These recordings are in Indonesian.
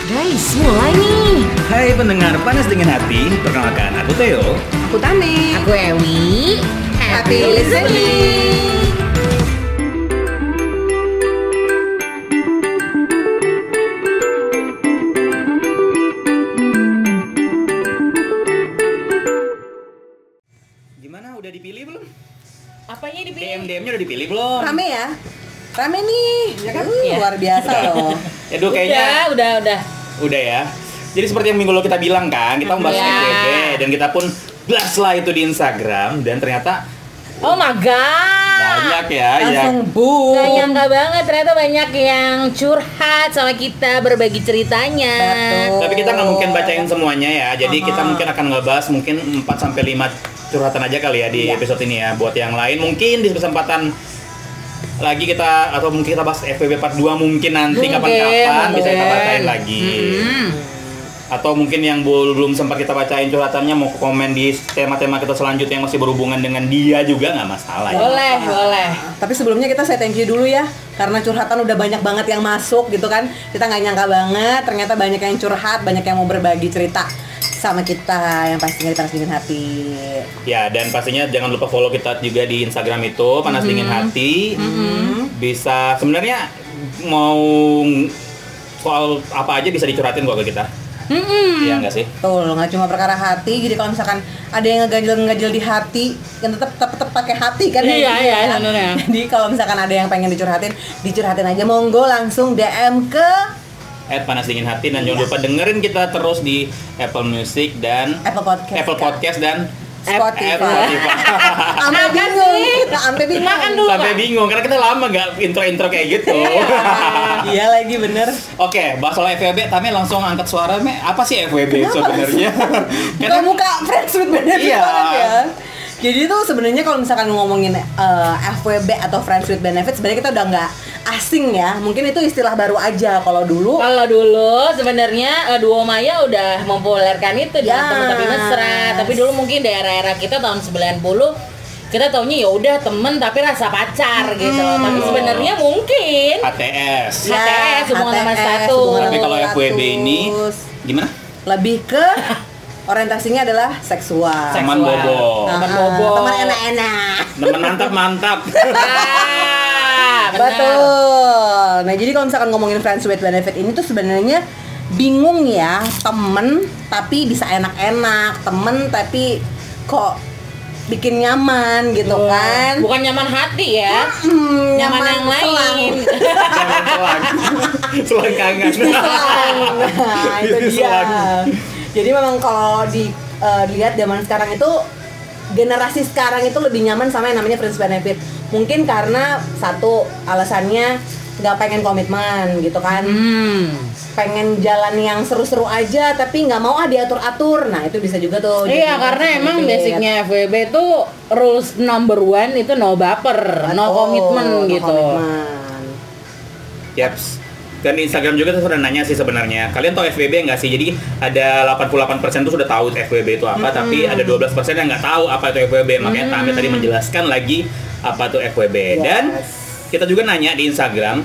Guys, mulai nih. Hai pendengar Panas Dengan Hati, perkenalkan aku Theo. Aku Tami. Aku Ewi. Happy listening. Gimana, udah dipilih belum? Apanya dipilih? DM-nya udah dipilih belum? Rame ya? Rame nih, ya kan? Iya. Luar biasa loh. Aduh kayaknya Udah. udah ya. Jadi seperti yang minggu lalu kita bilang kan, kita membahas Iya. FWB dan kita pun blast lah itu di Instagram dan ternyata Oh my god. banyak ya Langsung yang boom. Gak nyangka banget ternyata banyak yang curhat sama kita, berbagi ceritanya. Betul. tapi kita nggak mungkin bacain semuanya ya. Jadi kita mungkin akan ngebahas mungkin 4 sampai 5 curhatan aja kali ya di Iya. episode ini ya. Buat yang lain mungkin di kesempatan lagi kita atau mungkin kita bahas FWB part 2 mungkin nanti Mungkin, kapan-kapan bisa kita mungkin. bacain lagi. Hmm. Atau mungkin yang belum sempat kita bacain curhatannya mau komen di tema-tema kita selanjutnya yang masih berhubungan dengan dia juga nggak masalah ya. Boleh. Tapi sebelumnya kita say thank you dulu ya, karena curhatan udah banyak banget yang masuk gitu kan. Kita nggak nyangka banget, ternyata banyak yang curhat, banyak yang mau berbagi cerita sama kita yang pastinya di Panas Dingin Hati. Ya, dan pastinya jangan lupa follow kita juga di Instagram itu Panas Dingin Hati. Bisa sebenarnya mau soal apa aja bisa dicurhatin kok ke kita. Iya nggak sih? Tuh, nggak cuma perkara hati. Jadi kalau misalkan ada yang ngeganjel di hati, kan tetap pakai hati kan? Iya, ya? sebenarnya. Jadi kalau misalkan ada yang pengen dicurhatin aja, monggo langsung DM ke Panas Dingin Hati dan jangan lupa dengerin kita terus di Apple Music dan Apple Podcast dan Spotify. Makan Sampai bingung. Makan dulu. Sampai Pak. bingung karena kita lama nggak intro kayak gitu. Iya lagi bener. Oke, bahas soal FWB, Tami langsung angkat suara, Me. Apa sih FWB sebenarnya? Buka friends with benefit Iya. banget ya. Jadi tuh sebenarnya kalau misalkan ngomongin FWB atau friends with benefit, sebenarnya kita udah nggak asing ya. Mungkin itu istilah baru aja. Kalau dulu Kalau dulu sebenarnya Duo Maya udah mempopulerkan itu Yes. dengan teman tapi mesra. Tapi dulu mungkin daerah-daerah kita tahun 90 kita taunya ya udah temen tapi rasa pacar gitu. Tapi sebenarnya mungkin HTS. HTS, hubungan teman HTS, status. hubungan Tapi teman kalau status. FWB ini gimana? lebih ke orientasinya adalah seksual. Teman bobo. Teman bobo. Teman enak-enak. Teman mantap. Ah, benar. Betul. Nah, jadi kalau misalkan ngomongin friends with benefit ini tuh sebenarnya bingung ya, temen tapi bisa enak-enak, temen tapi kok bikin nyaman gitu kan. Bukan nyaman hati ya. Nyaman yang lain. Jangan selang kangen. Nah, itu dia. Selang. Jadi memang kalau dilihat zaman sekarang itu generasi sekarang itu lebih nyaman sama yang namanya friends benefit. Mungkin karena satu alasannya nggak pengen komitmen gitu kan. Pengen jalan yang seru-seru aja tapi nggak mau diatur-atur. Nah, itu bisa juga tuh. Iya, jadi karena friends emang benefit. basicnya FWB tuh rules number 1 itu no baper, no Betul, komitmen no gitu. komitmen. Yaps. Dan di Instagram juga tuh sudah nanya sih sebenarnya. Kalian tahu FWB nggak sih? Jadi ada 88% tuh sudah tahu FWB itu apa, tapi ada 12% yang nggak tahu apa itu FWB. Makanya Tami tadi menjelaskan lagi apa itu FWB. Yes. Dan kita juga nanya di Instagram,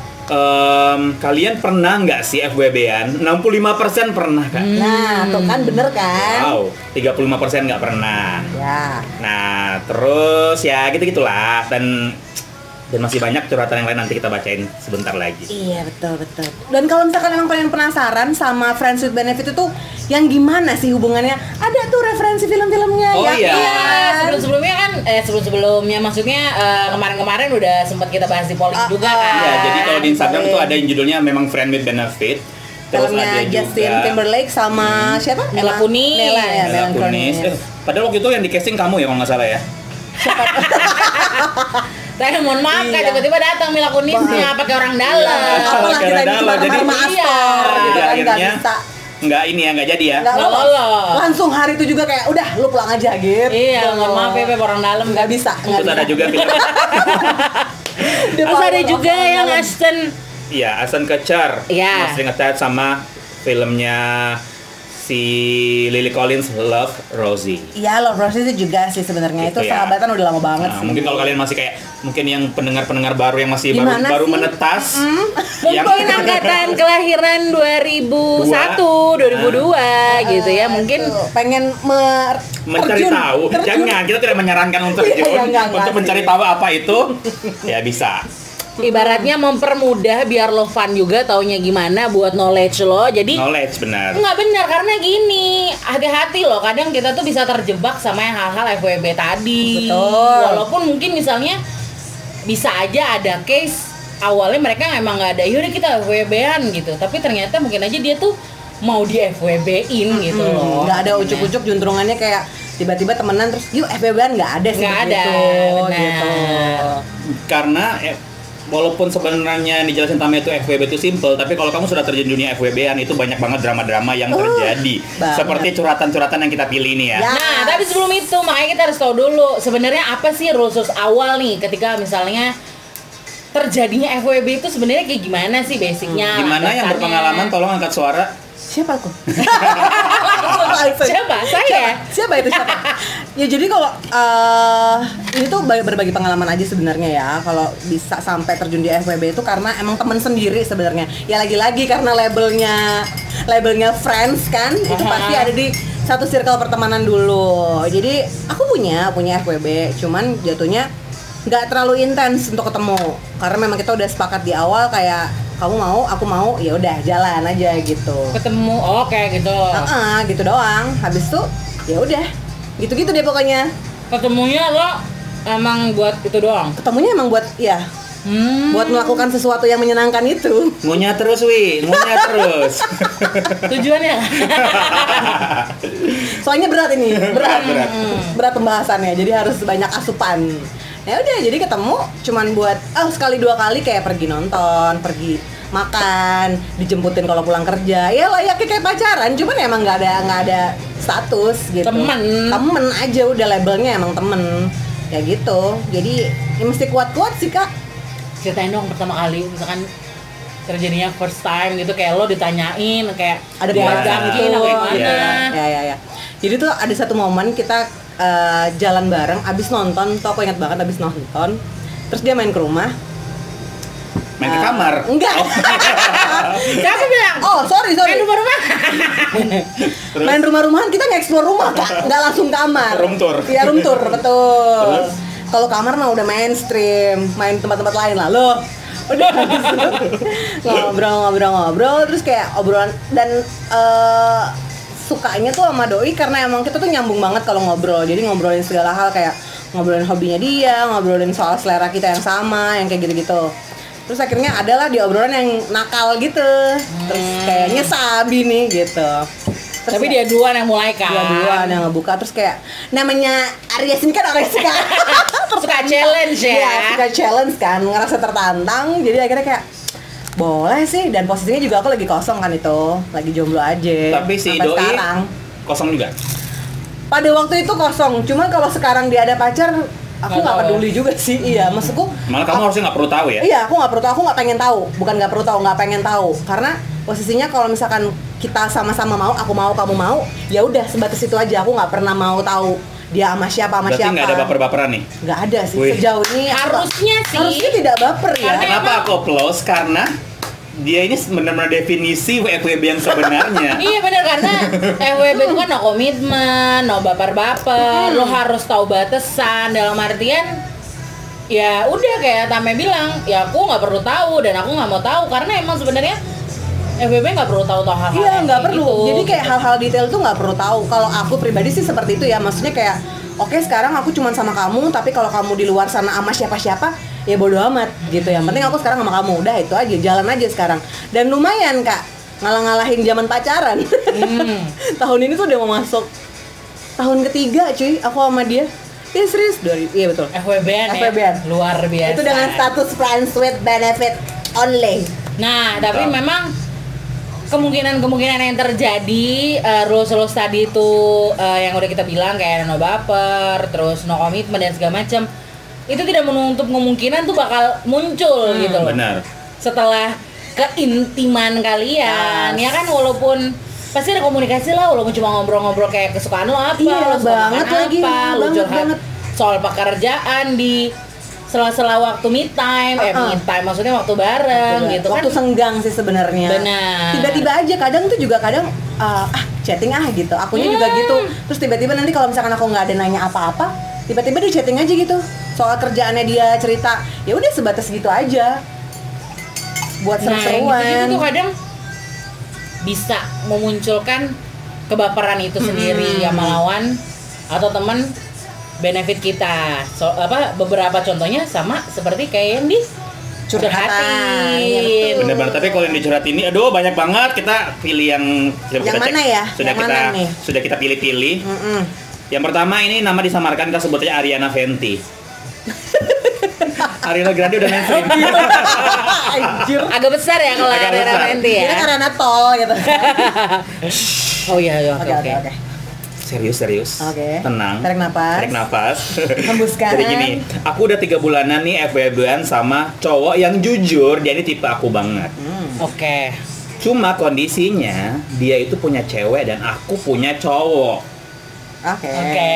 kalian pernah nggak sih FWB-an? 65% pernah kan? Nah, tuh kan bener kan? Wow, 35% nggak pernah. Ya. Nah, terus ya gitu-gitulah. Dan masih banyak curhatan yang lain nanti kita bacain sebentar lagi. Iya, betul. Dan kalau misalkan emang pengen penasaran sama friends with benefit itu yang gimana sih hubungannya? Ada tuh referensi film-filmnya Oh, ya. iya. kan? Sebelum-sebelumnya kan sebelum-sebelumnya maksudnya kemarin-kemarin udah sempat kita bahas di polling juga kan. Iya, jadi kalau di Instagram boleh. tuh ada yang judulnya memang Friend with Benefit. Terus Filmnya ada Justin juga Timberlake sama siapa? Mila Kunis. Mela ya, Mila Kunis. Padahal waktu itu yang di casting kamu ya kalau nggak salah ya. Saya mohon maaf kan Iya. tiba-tiba datang Mila Kunisnya pakai orang dalam. Apalagi Pakai lagi dalam, cuma jadi- kamar Iya. master gitu kan, nggak Akhirnya bisa. nggak ini ya, nggak jadi ya. Nggak Nggak lolos. lolos. Langsung hari itu juga kayak udah lu pulang aja gitu. Iya, mohon maaf ya Beb, orang dalam Nggak bisa. Terus ada juga film. Terus ada juga yang Aston Iya, Ashton Kutcher. Iya. Masih nge-chat sama filmnya si Lily Collins love Rosie. Iya, Love Rosie itu juga sih sebenarnya itu ya. sahabatan udah lama banget Nah, sih. mungkin kalau kalian masih kayak mungkin yang pendengar baru yang masih Gimana baru sih? menetas, yang Mungkin angkatan kelahiran 2001, 2002 gitu ya. Mungkin Tuh, pengen mencari tahu. Jangan, kita tidak menyarankan untuk Iya, terjun enggak untuk sih. mencari tahu apa itu. Ya bisa. ibaratnya mempermudah biar lo fun juga taunya gimana buat knowledge lo. Jadi Knowledge benar. nggak benar karena gini, hati-hati loh. Kadang kita tuh bisa terjebak sama yang hal-hal FWB tadi. Betul. Walaupun mungkin misalnya bisa aja ada case awalnya mereka emang nggak ada, yaudah kita FWB-an gitu. Tapi ternyata mungkin aja dia tuh mau di FWB-in gitu loh. nggak ada ucuk-ucuk juntrungannya kayak tiba-tiba temenan terus yuk FWB-an nggak ada sih Nggak begitu, ada, benar. gitu. Karena walaupun sebenarnya yang dijelasin Tami itu FWB itu simple, tapi kalau kamu sudah terjun dunia FWB-an itu banyak banget drama-drama yang terjadi. banget. Seperti curhatan-curhatan yang kita pilih nih ya. Ya. Nah, tapi sebelum itu makanya kita harus tahu dulu sebenarnya apa sih rules awal nih ketika misalnya terjadinya FWB itu sebenarnya kayak gimana sih basicnya? Gimana yang dasarnya? berpengalaman tolong angkat suara. Siapa aku? Siapa? Saya? Siapa itu siapa? Ya jadi kalau ini tuh berbagi pengalaman aja sebenarnya ya. Kalau bisa sampai terjun di FWB itu karena emang teman sendiri sebenarnya. Ya lagi-lagi karena labelnya friends kan, itu pasti ada di satu circle pertemanan dulu. Jadi aku punya FWB, cuman jatuhnya nggak terlalu intens untuk ketemu karena memang kita udah sepakat di awal kayak kamu mau, aku mau, ya udah jalan aja gitu. Ketemu, oke gitu. Gitu doang. Habis itu ya udah, gitu-gitu deh pokoknya. Ketemunya lo emang buat itu doang. Ketemunya emang buat ya, buat melakukan sesuatu yang menyenangkan itu. Ngunyah terus, ngunyah terus. Tujuannya? Soalnya berat ini, Berat. berat pembahasannya. Jadi harus banyak asupan. Ya udah, jadi ketemu cuman buat sekali dua kali kayak pergi nonton, pergi makan, dijemputin kalau pulang kerja. Ya layaknya kayak pacaran, cuman emang nggak ada status gitu. Temen aja udah labelnya emang temen kayak gitu. Jadi ya mesti kuat-kuat sih Kak. Ceritain dong pertama kali misalkan terjadinya first time gitu kayak lo ditanyain kayak Ada diajakin gitu. apa gimana. Ya. Jadi tuh ada satu momen kita jalan bareng, abis nonton, tuh aku ingat banget abis nonton. Terus dia main ke rumah. Main ke kamar. Enggak. Siapa bilang? Sorry. Main rumah-rumah. Terus? Main rumah-rumahan, kita nge-explore rumah Kak, nggak langsung kamar. Room tour. Iya, room tour, betul. Terus? Kalau kamar mah udah mainstream, main tempat-tempat lain lah loh. Udah habis itu ngobrol, terus kayak obrolan dan sukanya tuh sama doi karena emang kita tuh nyambung banget kalau ngobrol. Jadi ngobrolin segala hal kayak ngobrolin hobinya dia, ngobrolin soal selera kita yang sama, yang kayak gitu-gitu. Terus akhirnya adalah di obrolan yang nakal gitu. Terus kayaknya sabi nih gitu. Terus Tapi dia duluan yang mulai kan. dia duluan yang ngebuka, terus kayak namanya Aries ini kan orang suka Suka challenge ya. Iya, suka challenge kan, ngerasa tertantang. Jadi akhirnya kayak boleh sih, dan posisinya juga aku lagi kosong kan itu, lagi jomblo aja. Tapi si sampai doi sekarang. kosong juga. Pada waktu itu kosong, cuman kalau sekarang dia ada pacar, aku Nggak nggak tahu. peduli juga sih. Iya, maksudku. Malah kamu harusnya nggak perlu tahu ya. Iya, aku nggak perlu tahu, aku nggak pengen tahu. Bukan nggak perlu tahu, nggak pengen tahu. Karena posisinya kalau misalkan kita sama-sama mau, aku mau, kamu mau, ya udah sebatas itu aja. Aku nggak pernah mau tahu dia sama siapa Berarti siapa. nggak ada baper-baperan nih. Nggak ada sih. Wih. Sejauh ini Harusnya sih. harusnya tidak baper ya. Karena Kenapa aku applause? Karena dia ini benar-benar definisi FWB yang sebenarnya. Iya bener karena FWB itu kan no komitmen, no baper-baper, lo harus tahu batasan dalam artian ya udah kayak Tame bilang, ya aku nggak perlu tahu dan aku nggak mau tahu karena emang sebenarnya FWB nggak perlu tahu hal-hal Iya, yang nggak kayak perlu. gitu. Jadi kayak hal-hal detail tuh nggak perlu tahu. Kalau aku pribadi sih seperti itu ya. Maksudnya kayak, oke sekarang aku cuma sama kamu, tapi kalau kamu di luar sana sama siapa-siapa, ya bodo amat gitu. Yang penting aku sekarang sama kamu. Udah itu aja, jalan aja sekarang. Dan lumayan Kak, ngalah-ngalahin zaman pacaran. Tahun ini tuh udah mau masuk tahun ketiga cuy, aku sama dia. Iya serius, iya betul. FWB-an FWB-an. ya, luar biasa. Itu dengan status friends with benefit only. Nah, tapi Betul. memang kemungkinan yang terjadi rules tadi itu yang udah kita bilang kayak no baper, terus no komitmen dan segala macam itu tidak menutup kemungkinan tuh bakal muncul gitu loh. Benar. Setelah keintiman kalian, ya kan walaupun pasti ada komunikasi lah, walaupun cuma ngobrol-ngobrol kayak kesukaan lo apa, Iya, lo suka banget makan lagi, apa, lo banget, curhat banget. soal pekerjaan di sela-sela waktu me time, me time maksudnya waktu bareng gitu waktu kan. senggang sih sebenarnya. Benar. Tiba-tiba aja kadang tuh juga chatting gitu. Akunya juga gitu. Terus tiba-tiba nanti kalau misalkan aku nggak ada nanya apa-apa, tiba-tiba dia chatting aja gitu. Soal kerjaannya dia cerita. Ya udah sebatas gitu aja. Buat Nah, gitu seru-seruan. tuh kadang bisa memunculkan kebaperan itu sendiri sama lawan atau teman benefit kita. Beberapa contohnya sama seperti kayak yang di Curhatan. curhatin. Iya, betul. Bener-bener, tapi kalau yang dicurhat ini, aduh banyak banget. Kita pilih yang Yang mana ya? Sudah kita pilih-pilih. Mm-mm. Yang pertama ini nama disamarkan, kita sebutnya Ariana Fenty. Ariana Grande udah mainstream. Anjir. Agak besar ya kalau Agak Ariana besar. Grande ya. Kira karena tol gitu. Oh iya, oke. Serius. Oke. Tenang. Tarik nafas. Hembuskan. Jadi gini, aku udah 3 bulanan nih FWB-an sama cowok yang jujur, dia ini tipe aku banget. Oke. Cuma kondisinya dia itu punya cewek dan aku punya cowok. Oke.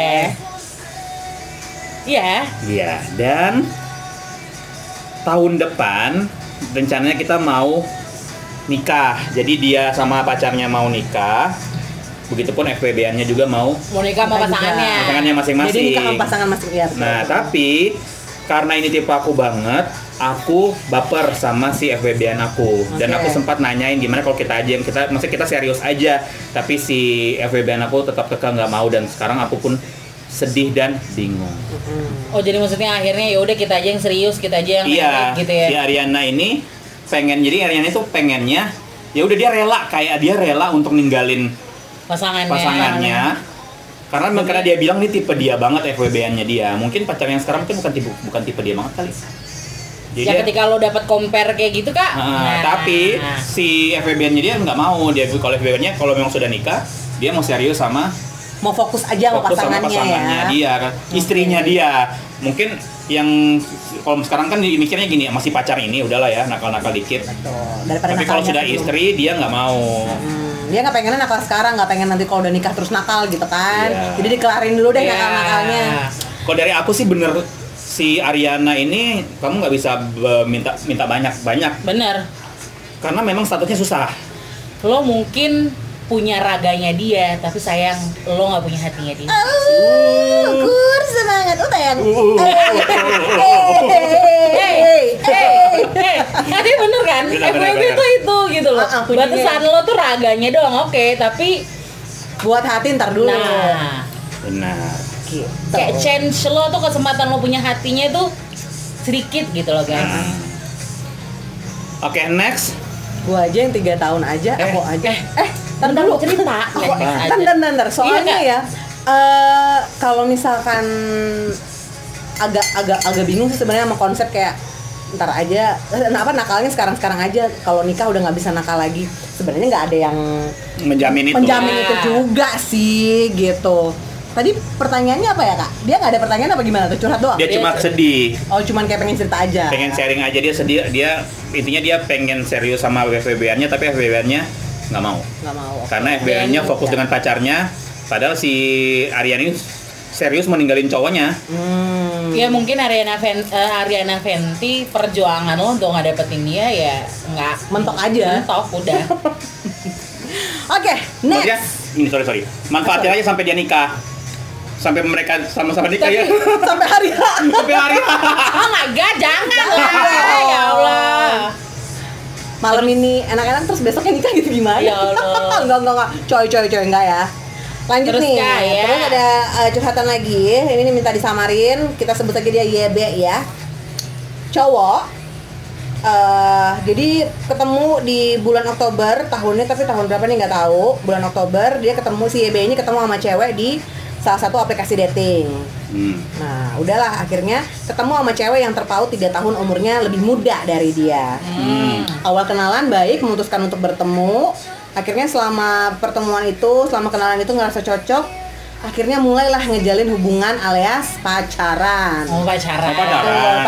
Iya. Iya, dan tahun depan rencananya kita mau nikah. Jadi dia sama pacarnya mau nikah. Begitupun FWB-annya juga mau Mau nikah sama pasangannya. pasangannya masing-masing. Jadi nikah sama pasangan masing ya. Nah, tapi karena ini tipe aku banget, aku baper sama si FWB-an aku. Dan Oke. aku sempat nanyain gimana kalau kita aja yang maksudnya kita serius aja. Tapi si FWB-an aku tetap kekeh nggak mau, dan sekarang aku pun sedih dan bingung. Oh, jadi maksudnya akhirnya ya udah kita aja yang serius, kita aja yang Iya, baik gitu ya. si Ariana ini Ariana itu pengennya ya udah dia rela untuk ninggalin pasangannya. Karena dia bilang ini tipe dia banget, FWB-annya dia. Mungkin pacar yang sekarang mungkin bukan tipe dia banget kali. Jadi Ya ketika lo dapat compare kayak gitu Kak. tapi si FWB-nya dia nggak mau. Dia kalau FWB-nya kalau memang sudah nikah, dia mau serius sama Mau fokus aja sama pasangannya ya. dia, istrinya dia. Mungkin yang kalau sekarang kan mikirnya gini, masih pacar ini udahlah ya, nakal-nakal dikit. Betul. Daripada Tapi kalau nakalnya sudah sebelum. istri dia nggak mau. Dia nggak pengennya nakal sekarang, nggak pengen nanti kalau udah nikah terus nakal gitu kan. Iya. Jadi dikelarin dulu deh Iya. nakal-nakalnya. Kalau dari aku sih bener, si Ariana ini kamu nggak bisa minta banyak Bener. karena memang statusnya susah. Lo mungkin punya raganya dia, tapi sayang lo nggak punya hatinya dia. Kur semangat utang. Tapi bener kan? Bener, FWB bener. tuh itu gitu loh. kuncinya. Batasan lo tuh raganya doang, oke, tapi Buat hati ntar dulu. nah, Benar. Gitu. kayak chance lo tuh, kesempatan lo punya hatinya tuh sedikit gitu loh guys. Nah. Oke, next. Gua aja yang 3 tahun aja, aku aja. Ntar dulu. dulu cerita. Bentar. Soalnya Iya, ya, kalau misalkan agak bingung sih sebenarnya sama konsep kayak ntar aja, nakalnya sekarang aja. Kalau nikah udah nggak bisa nakal lagi. Sebenarnya nggak ada yang Menjamin itu. menjamin Nah. itu juga sih gitu. Tadi pertanyaannya apa ya Kak? Dia nggak ada pertanyaan apa gimana tuh, curhat doang? Dia cuma sedih, Oh cuman kayak pengen cerita aja. pengen sharing aja, dia sedih, dia intinya dia pengen serius sama FWB-annya, tapi FWB-nya nggak mau. Nggak mau. Karena FWB-nya fokus dengan pacarnya, padahal si Ariana ini serius meninggalin cowoknya. Ya mungkin Ariana Fenty perjuangan lo untuk ngedapetin dia ya nggak Mentok aja. mentok udah. Oke, Maksudnya, next. ini sorry, manfaatin aja sampai dia nikah, sampai mereka sama-sama nikah ya, Sampai hari H. sampai hari H. Oh enggak, jangan lah. Ya Allah. Malam ini enak-enak terus besoknya nikah gitu gimana? Ya Allah. enggak. Coy enggak ya. Lanjut Terus, nih. Kak, ya. Terus ada curhatan lagi. Ini minta disamarin. Kita sebut aja dia YB ya. Cowok. Jadi ketemu di bulan Oktober tahunnya, tapi tahun berapa nih nggak tahu. Bulan Oktober dia ketemu, si YB ini ketemu sama cewek di salah satu aplikasi dating. Nah, udahlah akhirnya ketemu sama cewek yang terpaut 3 tahun umurnya, lebih muda dari dia. Awal kenalan baik, memutuskan untuk bertemu. Akhirnya selama kenalan itu ngerasa cocok. Akhirnya mulailah ngejalin hubungan alias pacaran. Mau pacaran. Pacaran.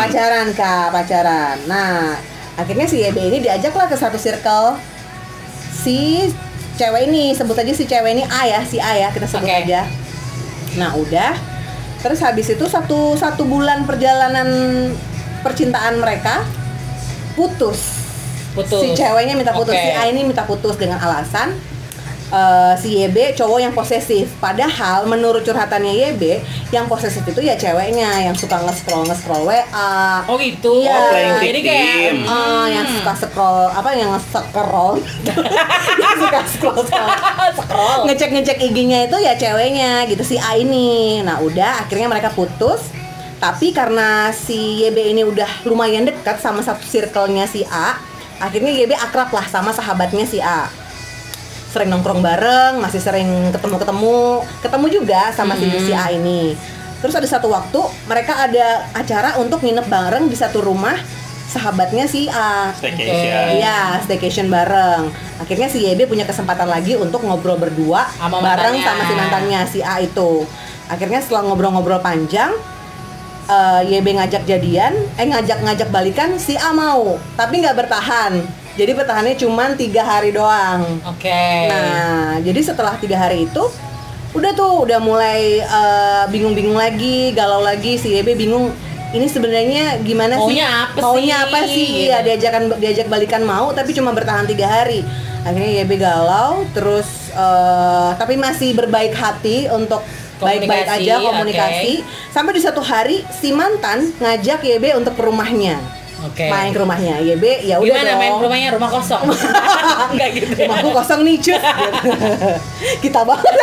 Pacaran. Nah, akhirnya si YB ini diajaklah ke satu circle si cewek ini, sebut aja si cewek ini A ya, si A ya, kita sebut Oke. aja. Nah udah, terus habis itu satu bulan perjalanan percintaan mereka putus. Si ceweknya minta putus, Oke. si A ini minta putus dengan alasan si YB cowok yang posesif. Padahal menurut curhatannya YB, yang posesif itu ya ceweknya yang suka nge-scroll WA. Oh gitu. Iya. Oh, playing Jadi victim. kayak Yang suka scroll yang nge-scroll yang suka scroll ngecek IG-nya itu ya ceweknya gitu, si A ini. Nah udah akhirnya mereka putus. Tapi karena si YB ini udah lumayan dekat sama satu circle-nya si A, akhirnya YB akrab lah sama sahabatnya si A. Sering nongkrong bareng, masih sering ketemu juga sama si A ini. Terus ada satu waktu mereka ada acara untuk nginep bareng di satu rumah sahabatnya si A. Staycation. Iya, staycation bareng. Akhirnya si YB punya kesempatan lagi untuk ngobrol berdua Sama bareng mantannya. sama si mantannya si A itu. Akhirnya setelah ngobrol-ngobrol panjang, YB ngajak jadian, ngajak balikan, si A mau, tapi nggak bertahan. Jadi bertahannya cuma 3 hari doang. Oke. Nah, jadi setelah 3 hari itu udah mulai bingung-bingung lagi, galau lagi. Si YB bingung, ini sebenarnya gimana sih? Maunya apa Iya, sih? Gitu. diajak balikan mau, tapi cuma bertahan 3 hari. Akhirnya YB galau, terus tapi masih berbaik hati untuk baik-baik Komunikasi, aja komunikasi. Sampai di satu hari si mantan ngajak YB untuk ke rumahnya. Oke. Main ke rumahnya. YB ya udah Gimana dong. main ke rumahnya? Rumah kosong. Enggak gitu. Rumahku kosong nih cus. Kita banget.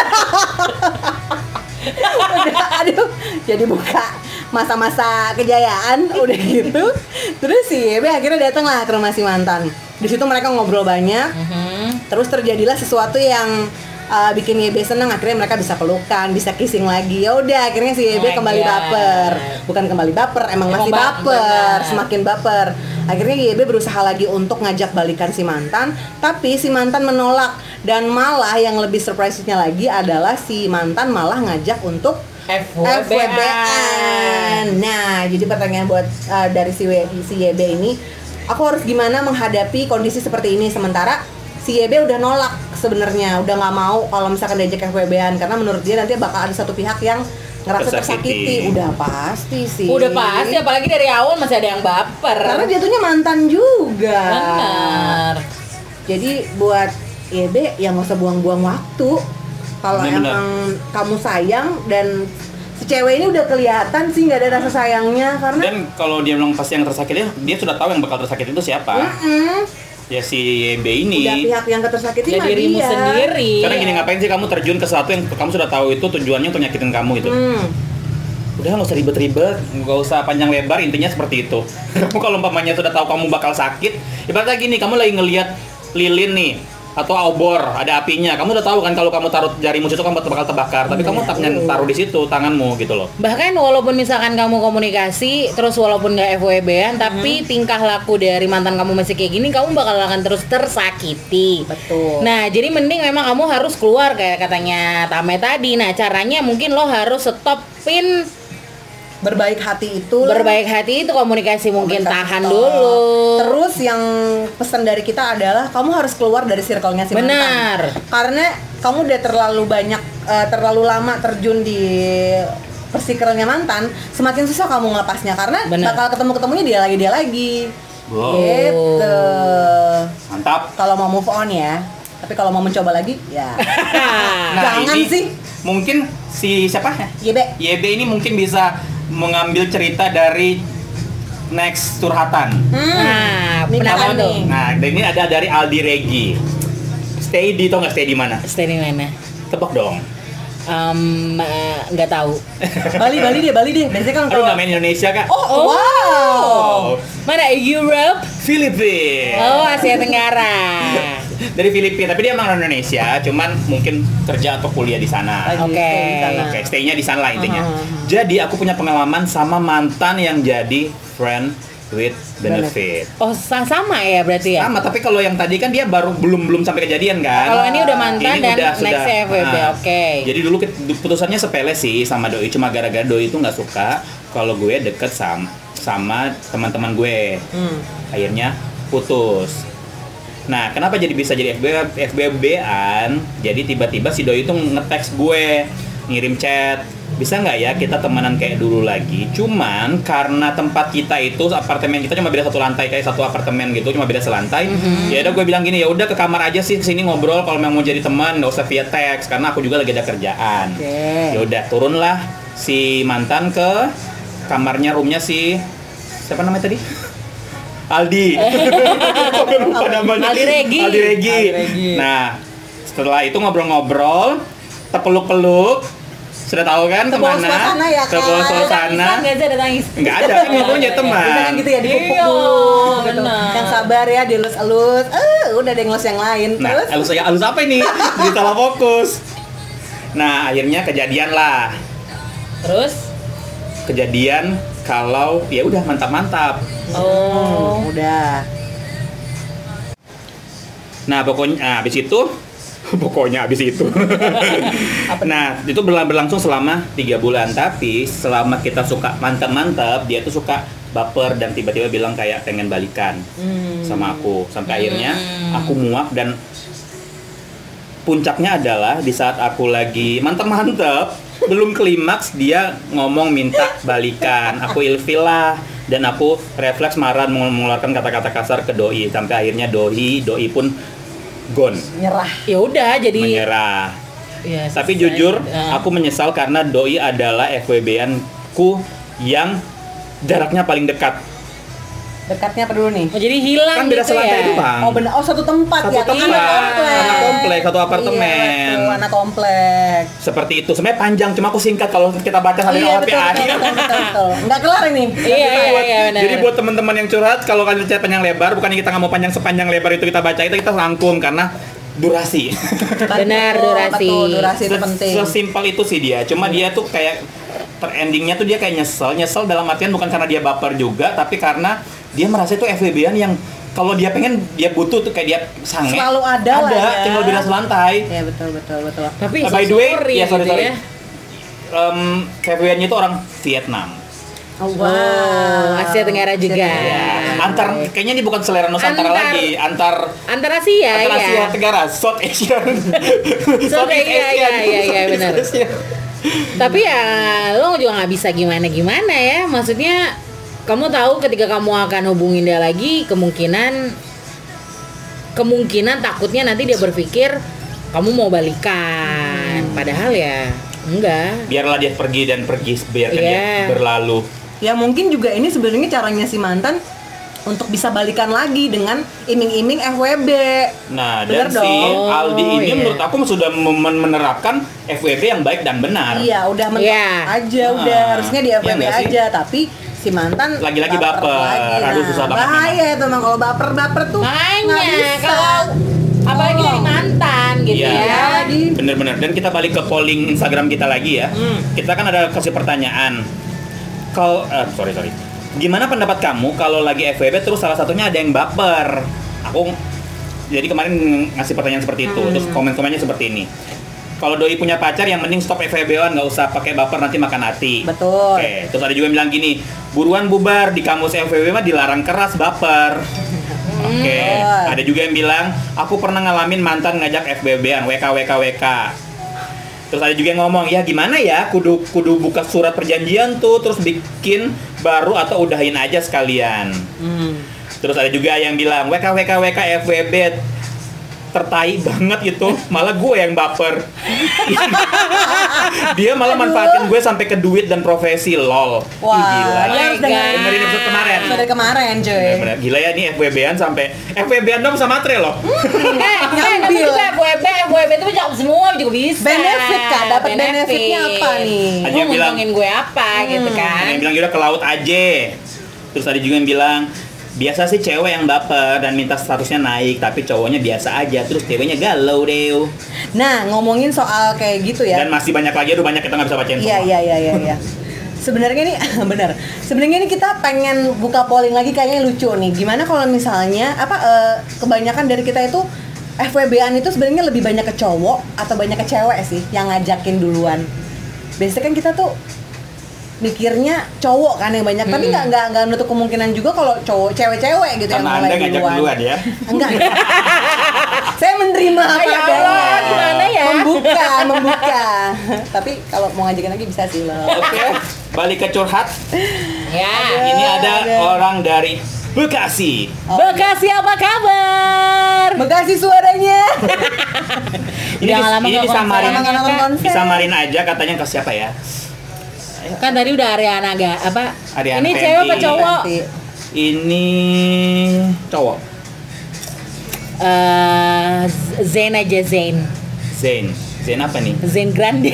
Udah, aduh, jadi buka masa-masa kejayaan udah gitu. Terus si YB akhirnya datang lah ke rumah si mantan. Di situ mereka ngobrol banyak. Terus terjadilah sesuatu yang bikin YB senang. Akhirnya mereka bisa pelukan, bisa kissing lagi. Ya udah, akhirnya si YB Oh my kembali God. baper. Bukan kembali baper, emang masih baper, bener. semakin baper. Akhirnya YB berusaha lagi untuk ngajak balikan si mantan, tapi si mantan menolak. Dan malah yang lebih surprise-nya lagi adalah si mantan malah ngajak untuk FWB-an. Nah, jadi pertanyaan buat dari si YB ini, aku harus gimana menghadapi kondisi seperti ini, sementara si YB udah nolak sebenarnya, udah nggak mau kalau misalkan diajak FWB-an, karena menurut dia nanti bakal ada satu pihak yang ngerasa tersakiti. Udah pasti sih. Udah pasti, apalagi dari awal masih ada yang baper. Karena jatuhnya mantan juga. Benar. Jadi buat YB ya nggak usah buang-buang waktu. Kalau Bener. emang kamu sayang dan si cewek ini udah kelihatan sih nggak ada rasa sayangnya, karena Dan kalau dia bilang pasti yang tersakiti, dia sudah tahu yang bakal tersakiti itu siapa. Ya si YB ini. udah pihak yang tersakiti Ya mah dirimu dia. sendiri. Karena gini, ngapain sih kamu terjun ke sesuatu yang kamu sudah tahu itu tujuannya untuk nyakitin kamu gitu. Udah nggak usah ribet-ribet, nggak usah panjang lebar, intinya seperti itu. Kamu kalau umpamanya sudah tahu kamu bakal sakit, ibaratnya gini, kamu lagi ngelihat lilin nih atau obor ada apinya, kamu udah tahu kan kalau kamu taruh jarimu situ kamu bakal terbakar, tapi kamu taruh di situ tanganmu gitu loh. Bahkan walaupun misalkan kamu komunikasi, terus walaupun gak FWB-an, tapi tingkah laku dari mantan kamu masih kayak gini, kamu bakal akan terus tersakiti. Betul. Nah, jadi mending memang kamu harus keluar kayak katanya Tame tadi. Nah, caranya mungkin lo harus stopin Berbaik hati itu komunikasi, mungkin komunikasi tahan stop. dulu. Terus yang pesan dari kita adalah kamu harus keluar dari circle-nya si mantan. Benar. Karena kamu udah terlalu lama terjun di circle-nya mantan, semakin susah kamu ngelepasnya karena Benar. bakal ketemu-ketemunya dia lagi. Wow. Gitu. Mantap. Kalau mau move on ya. Tapi kalau mau mencoba lagi ya. Jangan ini sih. Mungkin si siapa? YB. YB ini mungkin bisa mengambil cerita dari next curhatan. Nah, Ini kenapa kapan tuh? nih? Nah, dan ini ada dari Aldi Regi. Stay di, tau nggak stay di mana? Stay di mana? Tebak dong. Nggak tahu. Bali deh. Biasanya kan Aduh, nggak main Indonesia kak? Oh, wow. Oh. Mana? Europe? Filipina. Oh, Asia Tenggara. Dari Filipina, tapi dia emang orang Indonesia, cuman mungkin kerja atau kuliah di sana. Lagi Oke. stay di sana. Oke, stay-nya di sana lah intinya. Jadi aku punya pengalaman sama mantan yang jadi friend with benefit. Oh, sama ya berarti ya? Sama, tapi kalau yang tadi kan dia belum sampai kejadian kan. Kalau ini udah mantan Ini dan udah, next sudah. FWB, Nah, oke. Jadi dulu putusannya sepele sih sama Doi, cuma gara-gara Doi itu nggak suka kalau gue deket sama teman-teman gue. Akhirnya putus. Nah, kenapa jadi bisa jadi FBB-an? Jadi tiba-tiba si doi itu nge-text gue, ngirim chat. Bisa nggak ya kita temenan kayak dulu lagi? Cuman karena tempat kita itu, apartemen kita cuma beda satu lantai, kayak satu apartemen gitu, cuma beda selantai. Ya udah gue bilang gini, ya udah ke kamar aja sih, kesini ngobrol. Kalau memang mau jadi teman, nggak usah via teks, karena aku juga lagi ada kerjaan. Oke. Ya udah turunlah si mantan ke kamarnya, roomnya si siapa namanya tadi? Aldi. Sampai lupa namanya. Aldi Regi. Aldi Regi. Nah, setelah itu ngobrol-ngobrol, terpeluk-peluk, sudah tahu kan Terbawa kemana? suasana ya, Kak. Terbawa Tangisan suasana. nggak sih, ada tangis? Nggak ada, kan ngobrolnya teman. Kita kan gitu ya, dipupuk Iya, dulu gitu. benar. Yang sabar ya, dielus-elus. Udah ada ngelus yang lain. Nah, Terus halus apa ini? Jadi salah fokus. Nah, akhirnya kejadian lah. Terus? Kejadian kalau ya udah mantap-mantap. udah. Nah, pokoknya habis itu habis itu. Nah, itu berlangsung selama 3 bulan. Tapi selama kita suka mantap-mantap, dia tuh suka baper dan tiba-tiba bilang kayak pengen balikan sama aku. Sampai akhirnya aku muak, dan puncaknya adalah di saat aku lagi mantap-mantap, belum klimaks, dia ngomong minta balikan. Aku ilfil lah, dan aku refleks marah mengeluarkan kata-kata kasar ke doi. Sampai akhirnya doi pun gone, Nyerah. Ya udah jadi. menyerah. Ya, Tapi selesai. jujur Ya. aku menyesal karena doi adalah FWB-an ku yang jaraknya paling dekat. Dekatnya apa dulu nih? Oh, jadi hilang Kan beda gitu selantai ya? doang. Oh benar. Oh satu tempat Satu ya. tempat. Anak komplek, satu apartemen. Iya, betul, anak komplek. Seperti itu. Sebenarnya panjang, cuma aku singkat kalau kita baca sampai Iya sampai betul, akhir. betul. Nggak kelar ini. Iya, benar. Jadi buat teman-teman yang curhat, kalau kalian chat panjang lebar, bukannya kita nggak mau panjang sepanjang lebar itu kita baca, kita rangkum karena durasi. Benar, durasi. Betul, durasi itu penting. Sesimpel itu sih dia. Cuma dia tuh kayak terendingnya tuh dia kayak nyesel dalam artian bukan karena dia baper juga, tapi karena dia merasa itu FWB-an yang kalau dia pengen, dia butuh tuh kayak dia sange. Selalu ada lah ya. Tinggal beda selantai. Iya betul. Tapi By the way, sorry ya sorry. gitu ya. FWB-nya itu orang Vietnam. Oh, Wow, Asia Tenggara juga. Ya, kayaknya ini bukan selera Nusantara lagi, Antara Asia antara ya. Asia Tenggara, South Asia. Southeast iya, benar. Tapi ya lo juga nggak bisa gimana ya. Maksudnya kamu tahu ketika kamu akan hubungin dia lagi, kemungkinan takutnya nanti dia berpikir kamu mau balikan. Padahal ya enggak. Biarlah dia pergi, biarkan Iya. dia berlalu. Ya mungkin juga ini sebenarnya caranya si mantan untuk bisa balikan lagi dengan iming-iming FWB. Nah, Bener dan si dong. Aldi ini iya. menurut aku sudah menerapkan FWB yang baik dan benar. Iya, udah mentok Iya. aja, Ah, udah harusnya di iya FWB nggak sih? aja, tapi si mantan Lagi-lagi baper. lagi. Aduh, susah banget bahaya itu memang kalau baper tuh nggak Makanya bisa. kalau apalagi dari mantan gitu Iya. ya. Bener-bener. Dan kita balik ke polling Instagram kita lagi ya. Kita kan ada kasih pertanyaan. Kalau sorry. Gimana pendapat kamu kalau lagi FWB terus salah satunya ada yang baper? Aku jadi kemarin ngasih pertanyaan seperti itu. Terus komen-komennya seperti ini. Kalau doi punya pacar yang mending stop FWB-an, nggak usah pakai baper nanti makan hati. Betul. Oke, terus ada juga yang bilang gini, buruan bubar, di kamus FWB mah dilarang keras baper. Oke, ada juga yang bilang, aku pernah ngalamin mantan ngajak FWB-an, WK. Terus ada juga yang ngomong, ya gimana ya, kudu buka surat perjanjian tuh, terus bikin baru atau udahin aja sekalian. Terus ada juga yang bilang, WK FWB tertai banget gitu, malah gue yang baper. Dia malah manfaatin gue sampai ke duit dan profesi, lol. Wah, Ih, gila. dia harus Dengerin episode kemarin. Episode kemarin, cuy. Bener-bener. Gila ya nih FWB-an sampai FWB-an dong sama Matre loh. Tapi juga FWB itu cakep semua juga bisa. Benefit Kak, dapat benefitnya apa nih? Ada Lu yang bilang, nguntungin gue apa gitu ada kan. yang bilang juga ke laut aja. Terus ada juga yang bilang, biasa sih cewek yang baper dan minta statusnya naik, tapi cowoknya biasa aja, terus ceweknya galau deh. Nah, ngomongin soal kayak gitu ya. Dan masih banyak lagi, aduh banyak kita nggak bisa bacain semua. Iya. Sebenarnya nih benar. Sebenarnya nih kita pengen buka polling lagi, kayaknya lucu nih. Gimana kalau misalnya kebanyakan dari kita itu FWB-an itu sebenarnya lebih banyak ke cowok atau banyak ke cewek sih yang ngajakin duluan. Biasanya kan kita tuh mikirnya cowok kan yang banyak, tapi nggak nutup kemungkinan juga kalau cowok cewek-cewek gitu Karena yang Anda mulai ngajak duluan ya. Enggak. Saya menerima apa Ya adanya. Allah, gimana ya? Membuka. Tapi kalau mau ngajakin lagi bisa sih loh. Oke, balik ke curhat. Ya. Ini ada orang dari Bekasi. Bekasi apa kabar? Bekasi suaranya. Ini Udah lama ini nggak disamarin, konser. Nonton konser. disamarin aja katanya ke siapa ya? Kan tadi udah Ariana apa? Ariana Ini Fenty. cewek apa cowok? Ini cowok. Zayn aja Zayn. Zayn apa nih? Zayn Grande.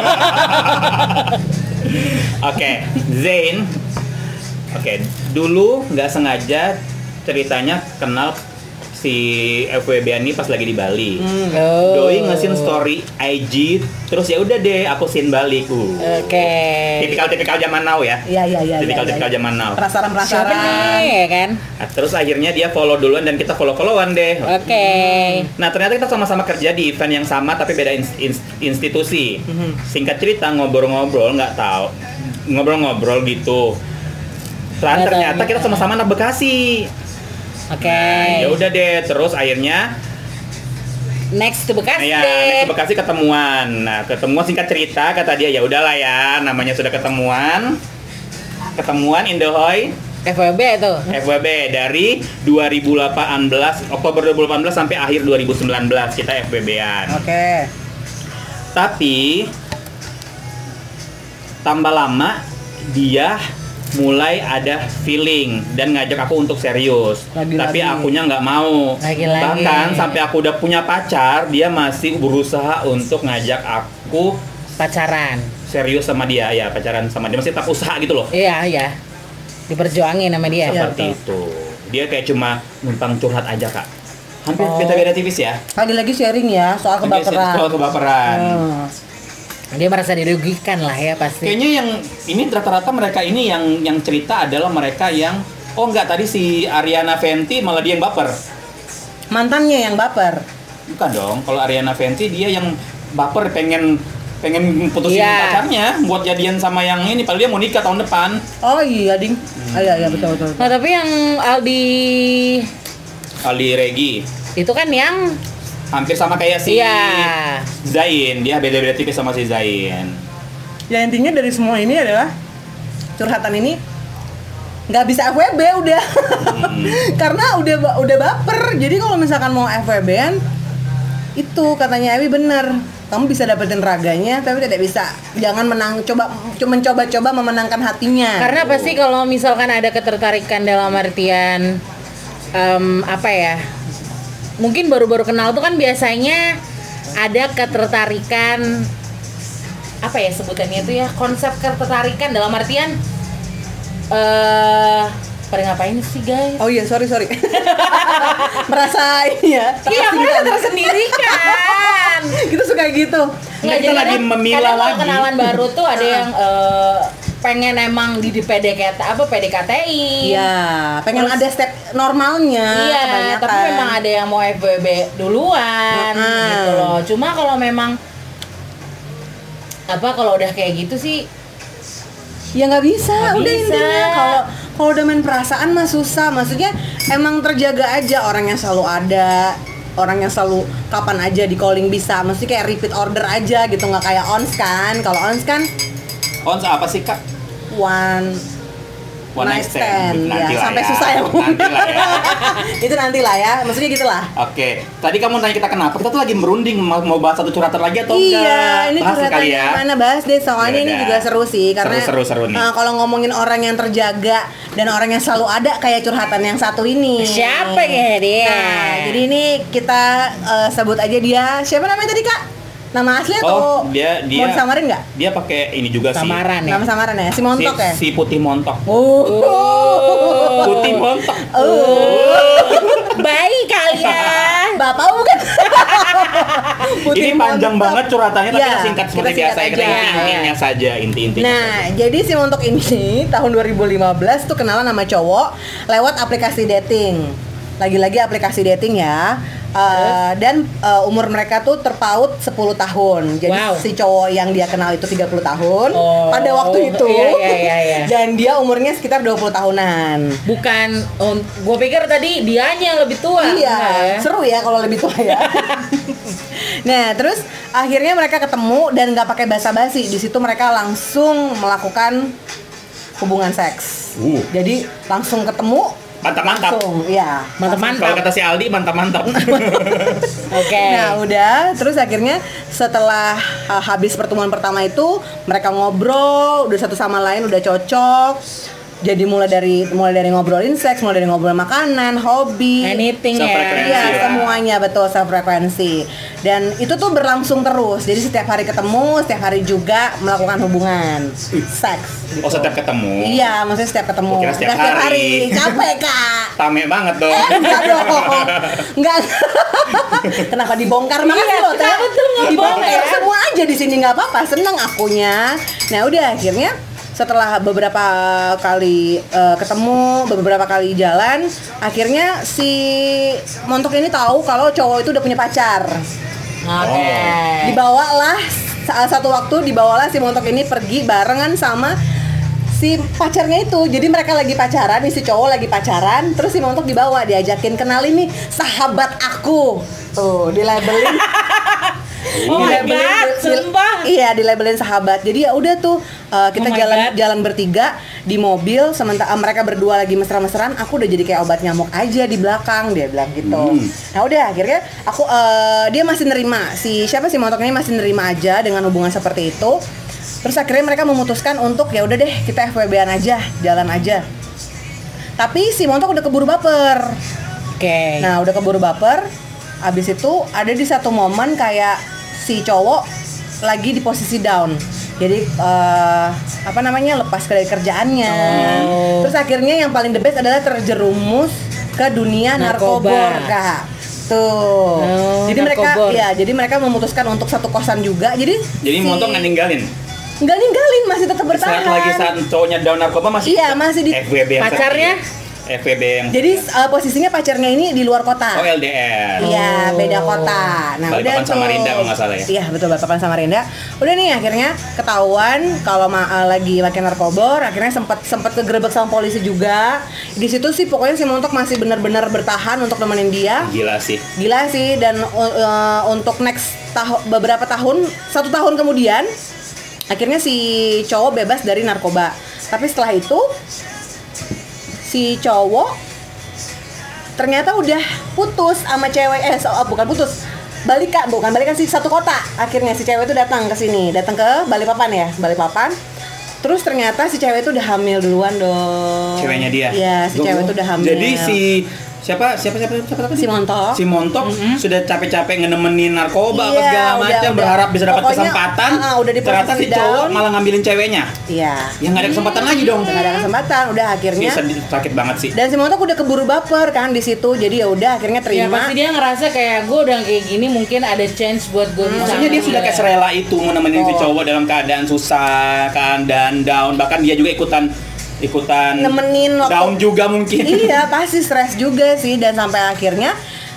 Oke, Zayn. Oke, dulu nggak sengaja ceritanya kenal si FWB ini pas lagi di Bali. Oh. Doi ngesin story IG, terus ya udah deh aku sin balik. Oke. Tipikal zaman now ya. Iya. Tipikal zaman now. Siapa Penasaran. nih ya kan? Nah, terus akhirnya dia follow duluan dan kita follow-followan deh. Oke. Nah, ternyata kita sama-sama kerja di event yang sama tapi beda institusi. Singkat cerita ngobrol-ngobrol nggak tahu. Ngobrol-ngobrol gitu. Dan Nggak tahu, ternyata kita sama-sama anak Bekasi. Oke. Nah, ya udah deh, terus akhirnya Next to Bekasi. ya deh. ke Bekasi ketemuan. Nah, ketemuan singkat cerita kata dia ya udahlah ya, namanya sudah ketemuan. Ketemuan in the Hoy FWB itu. FWB dari 2018 Oktober 2018 sampai akhir 2019 kita FWB-an. Oke. Tapi tambah lama dia mulai ada feeling dan ngajak aku untuk serius. Lagi-lagi. Tapi akunya nggak mau. Lagi-lagi. Bahkan sampai aku udah punya pacar, dia masih berusaha untuk ngajak aku Pacaran. serius sama dia, ya pacaran sama dia, masih tetap usaha gitu loh. Iya. Diperjuangin sama dia. Seperti itu. Dia kayak cuma numpang curhat aja, Kak. Hampir beda-beda tipis ya. Lagi-lagi sharing ya soal kebaperan. Soal kebaperan. Dia merasa dirugikan lah ya pasti. Kayaknya yang ini rata-rata mereka ini yang cerita adalah mereka yang enggak, tadi si Ariana Fenty malah dia yang baper. Mantannya yang baper. Bukan dong, kalau Ariana Fenty dia yang baper pengen putusin Iya. pacarnya buat jadian sama yang ini, padahal dia mau nikah tahun depan. Oh iya, Ding. Iya betul. Nah, tapi yang Aldi Regi itu kan yang hampir sama kayak si iya. Zain, dia beda-beda tipis sama si Zain. Ya intinya dari semua ini adalah curhatan ini nggak bisa FWB udah. Karena udah baper. Jadi kalau misalkan mau FWB-an itu katanya Ewi bener. Kamu bisa dapetin raganya tapi tidak bisa. Jangan mencoba-coba memenangkan hatinya. Karena pasti kalau misalkan ada ketertarikan dalam artian apa ya? Mungkin baru-baru kenal tuh kan biasanya ada ketertarikan, apa ya sebutannya itu ya, konsep ketertarikan dalam artian pada ngapain sih guys? Oh iya, sorry. Merasa ini ya. Iya, mereka tersendiri kan. Kita suka gitu. Nggak, Kita jadi lagi kadang memilah kalau lagi. kenalan baru tuh ada yang pengen emang di PDKTI. Iya, pengen Terus- ada step normalnya. Iya, kebanyakan. tapi memang ada yang mau FWB duluan gitu loh. Cuma kalau memang kalau udah kayak gitu sih Ya nggak bisa, Nggak udah bisa. intinya kalau udah main perasaan mah susah. Maksudnya emang terjaga aja, orang yang selalu ada, orang yang selalu kapan aja di calling bisa. Maksudnya kayak repeat order aja gitu, nggak kayak ons kan. Kalau ons kan Ons apa sih, Kak? one One night stand. ya, Nanti lah sampai ya. susah ya. Nanti lah ya. Itu nanti lah ya, maksudnya gitulah. Oke, tadi kamu tanya kita kenapa? Kita tuh lagi merunding mau bahas satu curhatan lagi atau enggak? Iya, ini bahas curhatan kali ya. yang mana bahas deh, soalnya ini Yaudah. juga seru sih karena Seru nih. kalau ngomongin orang yang terjaga dan orang yang selalu ada kayak curhatan yang satu ini. siapa ya dia? Nah, jadi ini kita sebut aja dia. Siapa namanya tadi, Kak? Nama asli atau dia mau disamarin nggak? Dia pakai ini juga Samaran ya. Nama samaran ya? Si Montok ya? Si Putih Montok. Oh. Putih Montok. Baik kali ya. Bapak bukan? Ini panjang banget curhatannya, tapi Ya, kita singkat seperti kita singkat biasa. Kita aja. inti-intinya saja, inti-intinya. Nah, jadi si Montok ini tahun 2015 tuh kenalan sama cowok lewat aplikasi dating. Lagi-lagi aplikasi dating ya. Dan umur mereka tuh terpaut 10 tahun. Jadi si cowok yang dia kenal itu 30 tahun pada waktu itu. Iya. Dan dia umurnya sekitar 20 tahunan. Bukan, gue pikir tadi dianya lebih tua. Iya, seru ya kalau lebih tua ya. Nah, terus akhirnya mereka ketemu dan nggak pakai basa-basi. Di situ mereka langsung melakukan hubungan seks. Jadi langsung ketemu. Mantap. Iya. Mantap. Kalau kata si Aldi mantap. Oke. Nah, udah. Terus akhirnya setelah habis pertemuan pertama itu mereka ngobrol, udah satu sama lain udah cocok. Jadi mulai dari ngobrolin seks, mulai dari ngobrol makanan, hobi, anything ya, semuanya betul sefrekuensi. Dan itu tuh berlangsung terus. Jadi setiap hari ketemu, setiap hari juga melakukan hubungan seks. Oh, setiap ketemu? Iya, maksudnya setiap ketemu. Kira setiap hari. Capek, Kak. Tame banget dong. Enggak dong. Enggak. Kenapa dibongkar banget sih lo, Teh? Betul, dibongkar semua aja di sini nggak apa-apa, seneng akunya. Nah, udah akhirnya setelah beberapa kali ketemu, beberapa kali jalan, akhirnya si Montok ini tahu kalau cowok itu udah punya pacar. Oke. Dibawalah satu waktu si Montok ini pergi barengan sama si pacarnya itu. Jadi mereka lagi pacaran, si cowok lagi pacaran, terus si Montok diajakin kenalin nih sahabat aku. Tuh, dilabelin. Oh my god, sumpah. Iya, dilabelin sahabat. Jadi ya udah tuh kita jalan bertiga di mobil, sementara mereka berdua lagi mesra-mesraan, aku udah jadi kayak obat nyamuk aja di belakang, dia bilang gitu. Nah udah akhirnya aku dia masih nerima si Montok ini masih nerima aja dengan hubungan seperti itu. Terus akhirnya mereka memutuskan untuk ya udah deh kita FWB-an aja, jalan aja. Tapi si Montok udah keburu baper. Oke. Nah udah keburu baper. Abis itu ada di satu momen kayak si cowok lagi di posisi down. Jadi lepas dari kerjaannya. Terus akhirnya yang paling the best adalah terjerumus ke dunia narkoba, Kak. Tuh. Jadi mereka memutuskan untuk satu kosan juga. Jadi Montok nggak ninggalin, masih tetap bertahan. Saat cowoknya down narkoba masih. Iya, masih di FWB pacarnya. FWB yang. Jadi posisinya pacarnya ini di luar kota. Oh, LDR. Iya, beda kota. Nah, Balikpapan udah tuh. Samarinda kalau nggak salah ya. Iya, betul, Balikpapan Samarinda. Udah nih akhirnya ketahuan kalau lagi pakai narkoba, akhirnya sempat kegerebek sama polisi juga. Di situ sih pokoknya si Montok masih benar-benar bertahan untuk nemenin dia. Gila sih dan untuk beberapa tahun, 1 tahun kemudian akhirnya si cowok bebas dari narkoba. Tapi setelah itu si cowok ternyata udah putus sama cewek bukan balikan sih, satu kota. Akhirnya si cewek itu datang ke Balikpapan. Terus ternyata si cewek itu udah hamil duluan dong. Ceweknya dia. Iya, si cewek itu udah hamil. Jadi siapa si Montok sudah capek-capek ngenemenin narkoba apa segala macam, berharap bisa dapat kesempatan. Udah di ternyata si cowok malah ngambilin ceweknya. Iya. Ya nggak ada kesempatan lagi dong. Nggak ada kesempatan, udah akhirnya. Sakit banget sih. Dan si Montok udah keburu baper kan di situ, jadi ya udah akhirnya terima. Ya pasti dia ngerasa kayak gue udah kayak gini, mungkin ada chance buat gue. Maksudnya dia sudah kayak serela itu menemenin si cowok dalam keadaan susah, keadaan down, bahkan dia juga ikutan nemenin down juga mungkin. Iya, pasti stres juga sih, dan sampai akhirnya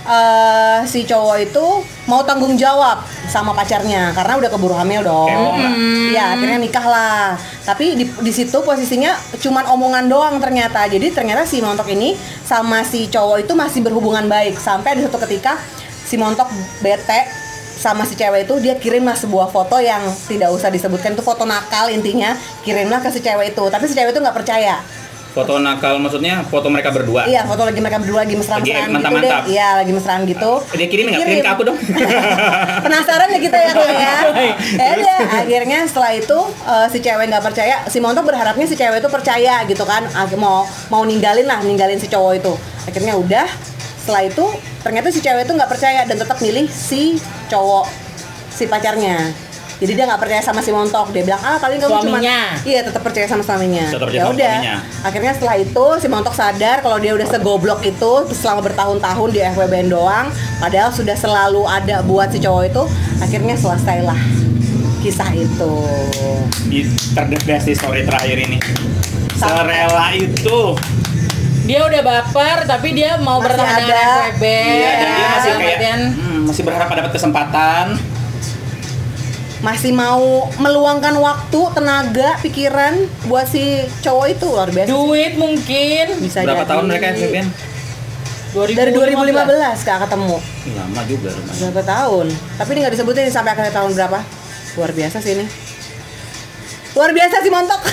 si cowok itu mau tanggung jawab sama pacarnya karena udah keburu hamil dong. Ya akhirnya nikah lah. Tapi di situ posisinya cuman omongan doang ternyata. Jadi ternyata si Montok ini sama si cowok itu masih berhubungan baik sampai ada satu ketika si Montok bete sama si cewek itu, dia kirimlah sebuah foto yang tidak usah disebutkan, itu foto nakal intinya, kirimlah ke si cewek itu. Tapi si cewek itu nggak percaya. Foto nakal maksudnya foto mereka berdua? Iya, foto mereka berdua lagi mesra-mesraan gitu deh. Iya, lagi mesraan gitu. Dia kirim nggak? Kirim ke aku dong. Penasaran ya kita ya, ya. Akhirnya setelah itu si cewek nggak percaya, si Montok berharapnya si cewek itu percaya gitu kan, mau ninggalin si cowok itu. Akhirnya udah. Setelah itu ternyata si cewek itu nggak percaya dan tetap milih si cowok, si pacarnya. Jadi dia nggak percaya sama si Montok. Dia bilang kalian kamu cuma tetap percaya sama suaminya. Ya udah. Akhirnya setelah itu si Montok sadar kalau dia udah segoblok itu selama bertahun-tahun di FWB doang. Padahal sudah selalu ada buat si cowok itu. Akhirnya selesailah kisah itu. Terdepresi story terakhir ini. Serela itu. Dia udah baper tapi dia mau Masih bertahan ada. dengan FWB. Iya, dan dia masih Dalam kayak artian, masih berharap dapat kesempatan. Masih mau meluangkan waktu, tenaga, pikiran buat si cowok itu luar biasa. duit mungkin. Bisa Berapa jadi. tahun mereka FWB-an? Dari 2015 Kak ketemu. Lama juga lumayan. Berapa tahun? Tapi ini nggak disebutin sampai akhirnya tahun berapa. Luar biasa sih ini. Luar biasa sih Montok.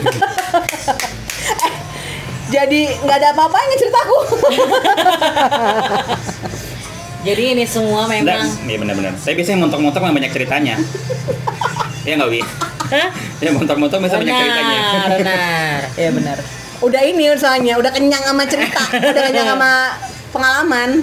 Jadi nggak ada apa-apanya ceritaku. Jadi ini semua memang. Iya benar-benar. Saya biasanya montok-montok memang banyak ceritanya. Iya nggak Wi? Hah? Ya montok-montok bisa banyak ceritanya. Benar. Iya benar. Udah ini soalnya, udah kenyang sama cerita, udah kenyang sama pengalaman.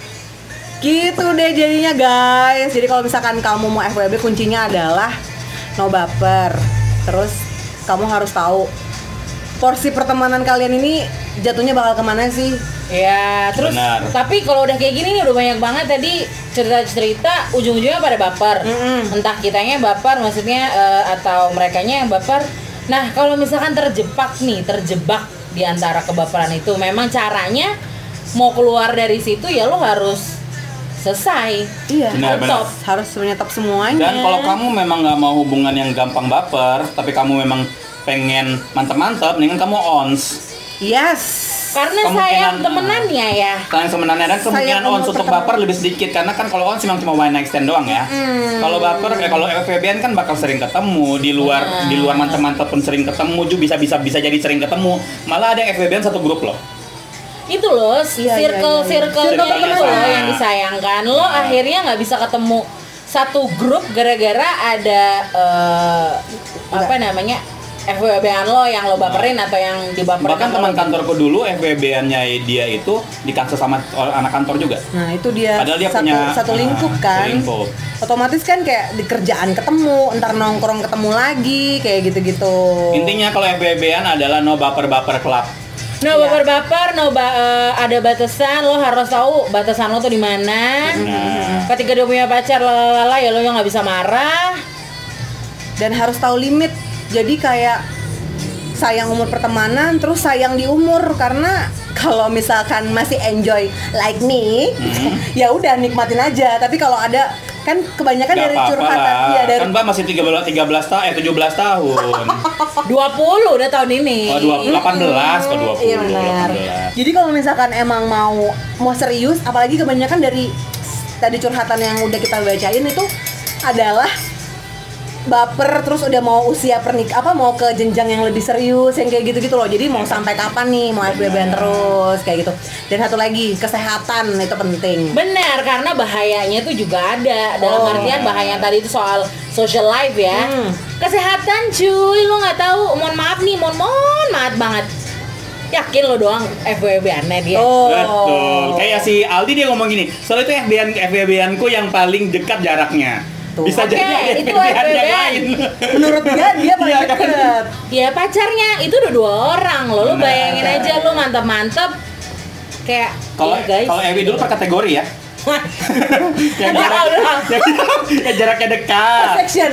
Gitu deh jadinya guys. Jadi kalau misalkan kamu mau FWB kuncinya adalah no baper. Terus kamu harus tahu porsi pertemanan kalian ini jatuhnya bakal kemana sih? Ya, terus Benar. tapi kalau udah kayak gini nih udah banyak banget tadi cerita-cerita ujung-ujungnya pada baper. Entah kitanya baper maksudnya atau merekanya yang baper. Nah, kalau misalkan terjebak di antara kebaperan itu, memang caranya mau keluar dari situ ya lo harus selesai. Iya. Benar, benar. Stop. Harus menyetop semuanya. Dan kalau kamu memang nggak mau hubungan yang gampang baper, tapi kamu memang pengen mantep-mantep, mendingan kamu ons. Yes. Karena Kemungkinan- sayang temenannya ya. Sayang sebenarnya dan kemungkinan Sayang ons untuk pertemanan. baper lebih sedikit karena kan kalau ons memang cuma one night stand doang ya. Kalau baper kalau FWB-an kan bakal sering ketemu di luar mantep-mantep pun sering ketemu juga bisa jadi sering ketemu. Malah ada yang FWB-an satu grup loh. Itu loh, Iya, circle Circle-nya lo sama. yang disayangkan. Lo akhirnya nggak bisa ketemu satu grup gara-gara ada apa namanya FWB-an lo yang lo baperin atau yang dibaperin. Bahkan sama teman lo. kantorku dulu FWB-annya dia itu dikasih sama anak kantor juga. Nah itu dia, Padahal dia satu, punya satu lingkup kan. satu lingkup. Otomatis kan kayak di kerjaan ketemu, ntar nongkrong ketemu lagi, kayak gitu-gitu. Intinya kalau FWB-an adalah no baper-baper club. No Iya. baper-baper, ada batasan. Lo harus tahu batasan lo tuh di mana. Nah, Ketika dia punya pacar, lalala, ya lo nggak bisa marah. Dan harus tahu limit. Jadi kayak sayang umur pertemanan, terus sayang di umur karena kalau misalkan masih enjoy like me, ya udah nikmatin aja. Tapi kalau ada kan kebanyakan nggak dari apa-apa curhatan, lah. ya dari Kan Mbak masih 17 tahun. 20 udah tahun ini. Oh, 18 ke 20. Iya benar. 18. Jadi kalau misalkan emang mau serius, apalagi kebanyakan dari tadi curhatan yang udah kita bacain itu adalah baper terus udah mau usia mau ke jenjang yang lebih serius yang kayak gitu-gitu loh. Jadi mau sampai kapan nih mau FWB-an terus kayak gitu. Dan satu lagi kesehatan itu penting. Benar, karena bahayanya tuh juga ada. Dalam Oh. artian bahaya yang tadi itu soal social life ya. Kesehatan cuy, lo nggak tahu. Mohon maaf nih, mohon maaf banget. Yakin lo doang FWB-annya dia. Oh. Betul. Kayak si Aldi dia ngomong gini, soalnya itu FWB-anku yang paling dekat jaraknya. Tuh. Bisa Oke, jadi ada itu FWB-an yang FWB-an. lain. Menurut dia paling Iya kan? deket. Ya pacarnya itu udah 2 orang lo. Lo Benar. bayangin aja lo mantep-mantep. Kayak Kalau iya, guys. kalau Ewi dulu per kategori ya. yang Udah, jarak, udah. yang jaraknya dekat. Section.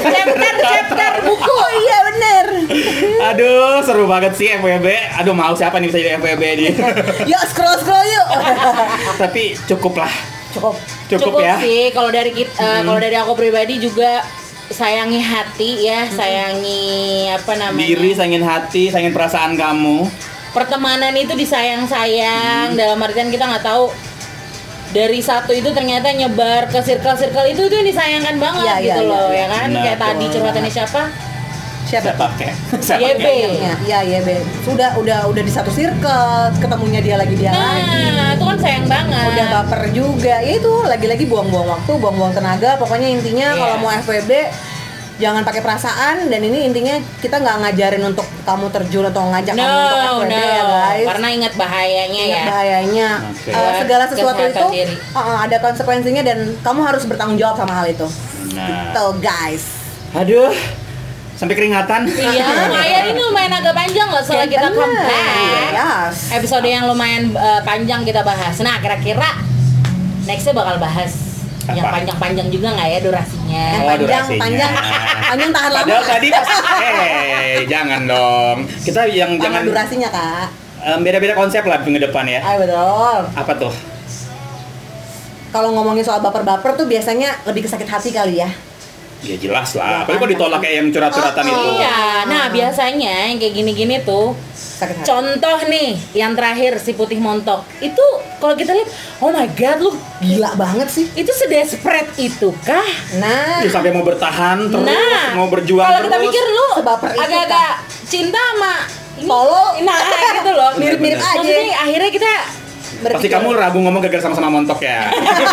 chapter buku. Oh iya bener. Aduh, seru banget sih FWB. Aduh, mau siapa nih bisa jadi FWB nih. Yuk scroll yuk. Tapi cukup lah. Cukup. Ya. Sih kalau dari kita, kalau dari aku pribadi juga sayangi hati ya, sayangi apa namanya? Diri, sayangin hati, sayangin perasaan kamu. Pertemanan itu disayang-sayang dalam artian kita nggak tahu dari satu itu ternyata nyebar ke circle-circle itu yang disayangkan banget Iya, gitu iya, loh iya. ya kan. Benar, Kayak tadi betul. curhatannya siapa? Siapa? Siapa? YB. Iya Be. Udah di satu circle, ketemunya dia lagi lagi. Nah, itu kan sayang banget. Udah baper juga. Ya itu lagi-lagi buang-buang waktu, buang-buang tenaga. Pokoknya intinya Iya. kalau mau FWB jangan pakai perasaan dan ini intinya kita nggak ngajarin untuk kamu terjun atau ngajak kamu untuk FWB ya guys. Karena ingat bahayanya Ingat ya. bahayanya. Oke. Segala sesuatu Kesehatan itu diri. ada konsekuensinya dan kamu harus bertanggung jawab sama hal itu. Nah. Tuh guys. Aduh. Sampai keringatan. Iya, lumayan ini lumayan agak panjang loh setelah kita Bener. comeback. Yes. Episode yang lumayan panjang kita bahas. Nah, kira-kira nextnya bakal bahas yang Apa? panjang-panjang juga nggak ya durasinya? Yang Oh, panjang, durasinya. panjang tahan lama. Padahal tadi pas jangan dong. Kita yang Sama jangan durasinya kak. beda-beda konsep lah minggu depan ya. Ayo betul. Apa tuh? Kalau ngomongin soal baper-baper tuh biasanya lebih ke sakit hati kali ya. Ya jelas Ya, lah. Apalagi kan? kalau ditolak kayak yang curhat-curhatan itu. Iya, nah biasanya yang kayak gini-gini tuh Sakit hati. contoh nih yang terakhir si putih montok itu kalau kita lihat, oh my god lu Gila banget sih. itu sedesperate itu kah? Nah, Dia sampai mau bertahan terus, Nah, mau berjuang kalau terus. kita mikir lu Sebaper itu, agak-agak cinta sama ini, Polo. nah gitu loh, Mirip-mirip aja. Maksudnya akhirnya kita Pasti kamu ragu ngomong gara-gara sama-sama montok ya.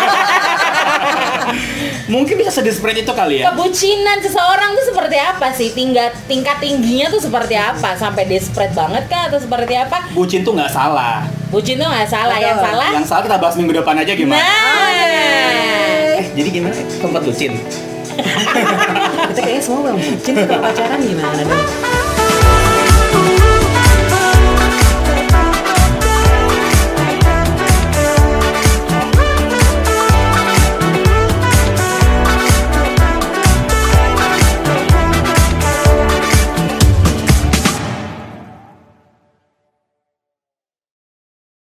Mungkin bisa sedesperate itu kali ya. kebucinan seseorang tuh seperti apa sih? Tingkat tingginya tuh seperti apa? Sampai desperate banget kah atau seperti apa? Bucin tuh nggak salah. Bucin tuh nggak salah, yang Betul. salah. Yang salah kita bahas minggu depan aja gimana? Nah, Jadi gimana? Tempat bucin. kita kayaknya semua belum bucin, kalau pacaran gimana dong?